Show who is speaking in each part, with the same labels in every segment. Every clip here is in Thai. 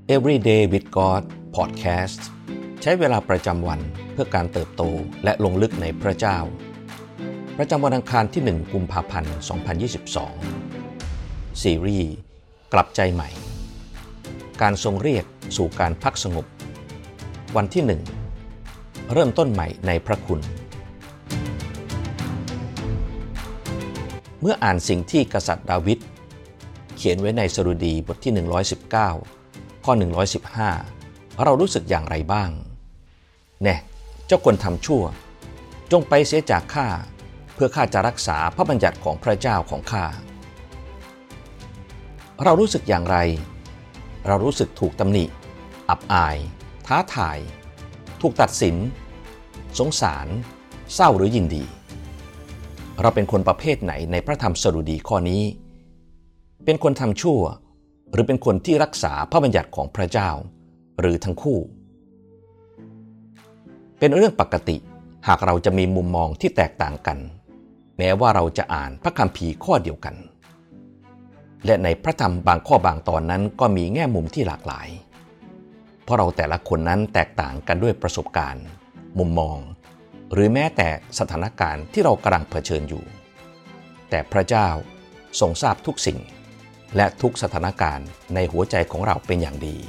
Speaker 1: Everyday with God Podcast ใช้เวลาประจำวันเพื่อการเติบโตและลงลึกในพระเจ้าประจำวันอังคารที่1กุมภาพันธ์2022ซีรีส์กลับใจใหม่การทรงเรียกสู่การพักสงบวันที่1เริ่มต้นใหม่ในพระคุณเมื่ออ่านสิ่งที่กษัตริย์ดาวิดเขียนไว้ในสดุดีบทที่119ข้อ115เรารู้สึกอย่างไรบ้างแน่เจ้าคนทำชั่วจงไปเสียจากข้าเพื่อข้าจะรักษาพระบัญญัติของพระเจ้าของข้าเรารู้สึกอย่างไรเรารู้สึกถูกตำหนิอับอายท้าทายถูกตัดสินสงสารเศร้าหรือยินดีเราเป็นคนประเภทไหนในพระธรรมสดุดีข้อนี้เป็นคนทำชั่วหรือเป็นคนที่รักษาพระบัญญัติของพระเจ้าหรือทั้งคู่เป็นเรื่องปกติหากเราจะมีมุมมองที่แตกต่างกันแม้ว่าเราจะอ่านพระคัมภีร์ข้อเดียวกันและในพระธรรมบางข้อบางตอนนั้นก็มีแง่มุมที่หลากหลายเพราะเราแต่ละคนนั้นแตกต่างกันด้วยประสบการณ์มุมมองหรือแม้แต่สถานการณ์ที่เรากำลังเผชิญอยู่แต่พระเจ้าทรงทราบทุกสิ่งและทุกสถานการณ์ในหัวใจของเราเป็นอย่างดี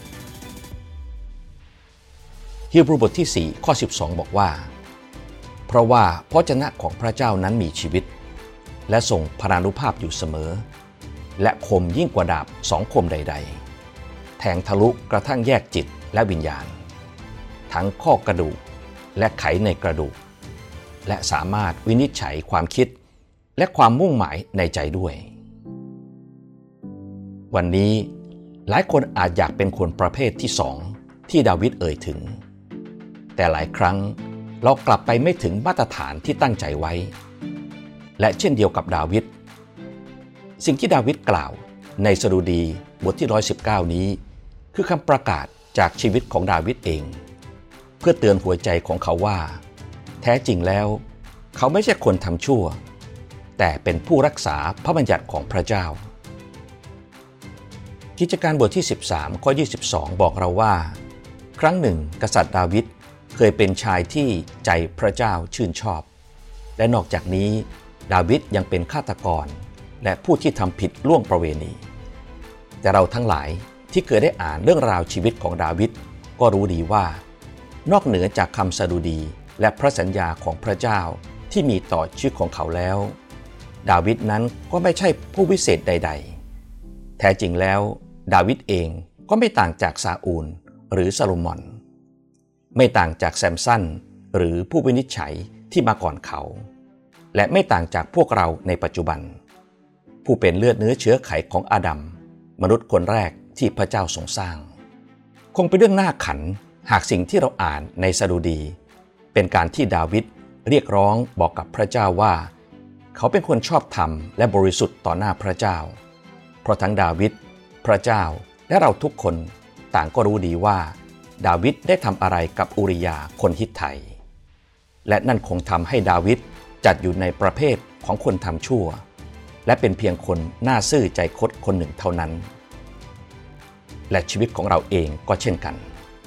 Speaker 1: ฮีบรูบทที่4ข้อ12บอกว่าเพราะว่าพระวจนะของพระเจ้านั้นมีชีวิตและทรงพลานุภาพอยู่เสมอและคมยิ่งกว่าดาบ2 คมใดๆแทงทะลุกระทั่งแยกจิตและวิญญาณทั้งข้อกระดูกและไขในกระดูกและสามารถวินิจฉัยความคิดและความมุ่งหมายในใจด้วยวันนี้หลายคนอาจอยากเป็นคนประเภทที่2ที่ดาวิดเอ่ยถึงแต่หลายครั้งเรากลับไปไม่ถึงมาตรฐานที่ตั้งใจไว้และเช่นเดียวกับดาวิดสิ่งที่ดาวิดกล่าวในสดุดีบทที่119นี้คือคำประกาศจากชีวิตของดาวิดเองเพื่อเตือนหัวใจของเขาว่าแท้จริงแล้วเขาไม่ใช่คนทำชั่วแต่เป็นผู้รักษาพระบัญญัติของพระเจ้ากิจการบทที่13ข้อ22บอกเราว่าครั้งหนึ่งกษัตริย์ดาวิดเคยเป็นชายที่ใจพระเจ้าชื่นชอบและนอกจากนี้ดาวิดยังเป็นฆาตกรและผู้ที่ทำผิดล่วงประเวณีแต่เราทั้งหลายที่เคยได้อ่านเรื่องราวชีวิตของดาวิดก็รู้ดีว่านอกเหนือจากคำสดุดีและพระสัญญาของพระเจ้าที่มีต่อชีวิตของเขาแล้วดาวิดนั้นก็ไม่ใช่ผู้วิเศษใดๆแท้จริงแล้วดาวิดเองก็ไม่ต่างจากซาอูลหรือซาโลมอนไม่ต่างจากแซมสันหรือผู้วินิจฉัยที่มาก่อนเขาและไม่ต่างจากพวกเราในปัจจุบันผู้เป็นเลือดเนื้อเชื้อไขของอาดัมมนุษย์คนแรกที่พระเจ้าทรงสร้างคงเป็นเรื่องน่าขันหากสิ่งที่เราอ่านในสดุดีเป็นการที่ดาวิดเรียกร้องบอกกับพระเจ้าว่าเขาเป็นคนชอบธรรมและบริสุทธิ์ต่อหน้าพระเจ้าเพราะทั้งดาวิดพระเจ้าและเราทุกคนต่างก็รู้ดีว่าดาวิดได้ทำอะไรกับอูริยาคนฮิตไทและนั่นคงทำให้ดาวิดจัดอยู่ในประเภทของคนทำชั่วและเป็นเพียงคนน่าซื่อใจคดคนหนึ่งเท่านั้นและชีวิตของเราเองก็เช่นกัน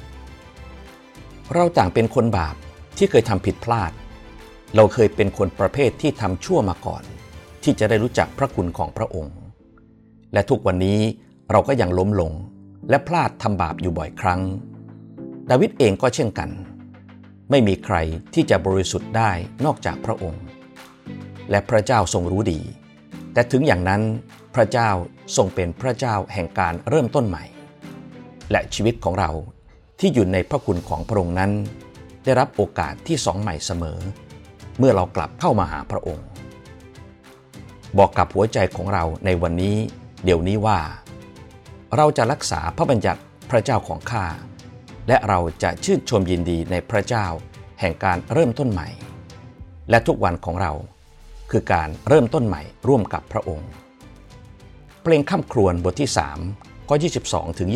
Speaker 1: เราต่างเป็นคนบาปที่เคยทำผิดพลาดเราเคยเป็นคนประเภทที่ทำชั่วมาก่อนที่จะได้รู้จักพระคุณของพระองค์และทุกวันนี้เราก็ยังล้มลงและพลาดทำบาปอยู่บ่อยครั้งดาวิดเองก็เช่นกันไม่มีใครที่จะบริสุทธิ์ได้นอกจากพระองค์และพระเจ้าทรงรู้ดีแต่ถึงอย่างนั้นพระเจ้าทรงเป็นพระเจ้าแห่งการเริ่มต้นใหม่และชีวิตของเราที่อยู่ในพระคุณของพระองค์นั้นได้รับโอกาสที่2ใหม่เสมอเมื่อเรากลับเข้ามาหาพระองค์บอกกับหัวใจของเราในวันนี้เดี๋ยวนี้ว่าเราจะรักษาพระบัญญัติพระเจ้าของข้าและเราจะชื่นชมยินดีในพระเจ้าแห่งการเริ่มต้นใหม่และทุกวันของเราคือการเริ่มต้นใหม่ร่วมกับพระองค์เพลงค่ำครวญบทที่3ข้อ22ถึง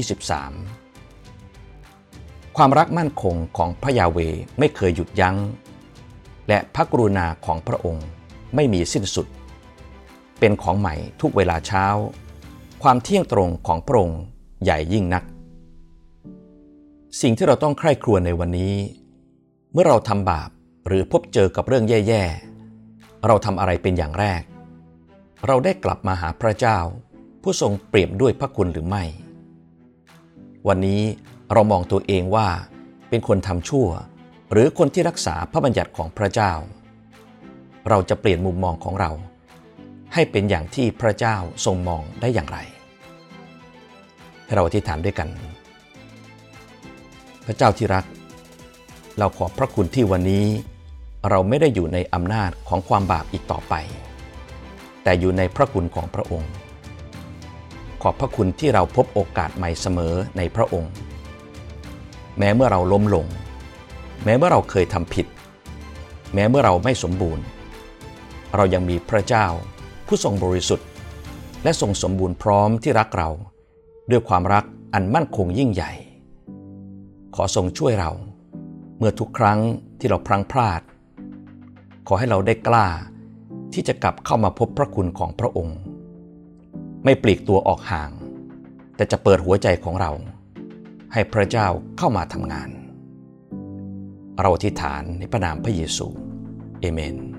Speaker 1: 23ความรักมั่นคงของพระยาเวห์ไม่เคยหยุดยั้งและพระกรุณาของพระองค์ไม่มีสิ้นสุดเป็นของใหม่ทุกเวลาเช้าความเที่ยงตรงของพระองค์ใหญ่ยิ่งนักสิ่งที่เราต้องใคร่ครวญในวันนี้เมื่อเราทำบาปหรือพบเจอกับเรื่องแย่ๆเราทำอะไรเป็นอย่างแรกเราได้กลับมาหาพระเจ้าผู้ทรงเปี่ยมด้วยพระคุณหรือไม่วันนี้เรามองตัวเองว่าเป็นคนทำชั่วหรือคนที่รักษาพระบัญญัติของพระเจ้าเราจะเปลี่ยนมุมมองของเราให้เป็นอย่างที่พระเจ้าทรงมองได้อย่างไรให้เราอธิษฐานด้วยกันพระเจ้าที่รักเราขอบพระคุณที่วันนี้เราไม่ได้อยู่ในอำนาจของความบาปอีกต่อไปแต่อยู่ในพระคุณของพระองค์ขอบพระคุณที่เราพบโอกาสใหม่เสมอในพระองค์แม้เมื่อเราล้มลงแม้เมื่อเราเคยทำผิดแม้เมื่อเราไม่สมบูรณ์เรายังมีพระเจ้าผู้ทรงบริสุทธิ์และทรงสมบูรณ์พร้อมที่รักเราด้วยความรักอันมั่นคงยิ่งใหญ่ขอทรงช่วยเราเมื่อทุกครั้งที่เราพลั้งพลาดขอให้เราได้กล้าที่จะกลับเข้ามาพบพระคุณของพระองค์ไม่ปลีกตัวออกห่างแต่จะเปิดหัวใจของเราให้พระเจ้าเข้ามาทำงานเราอธิษฐานในพระนามพระเยซูเอเมน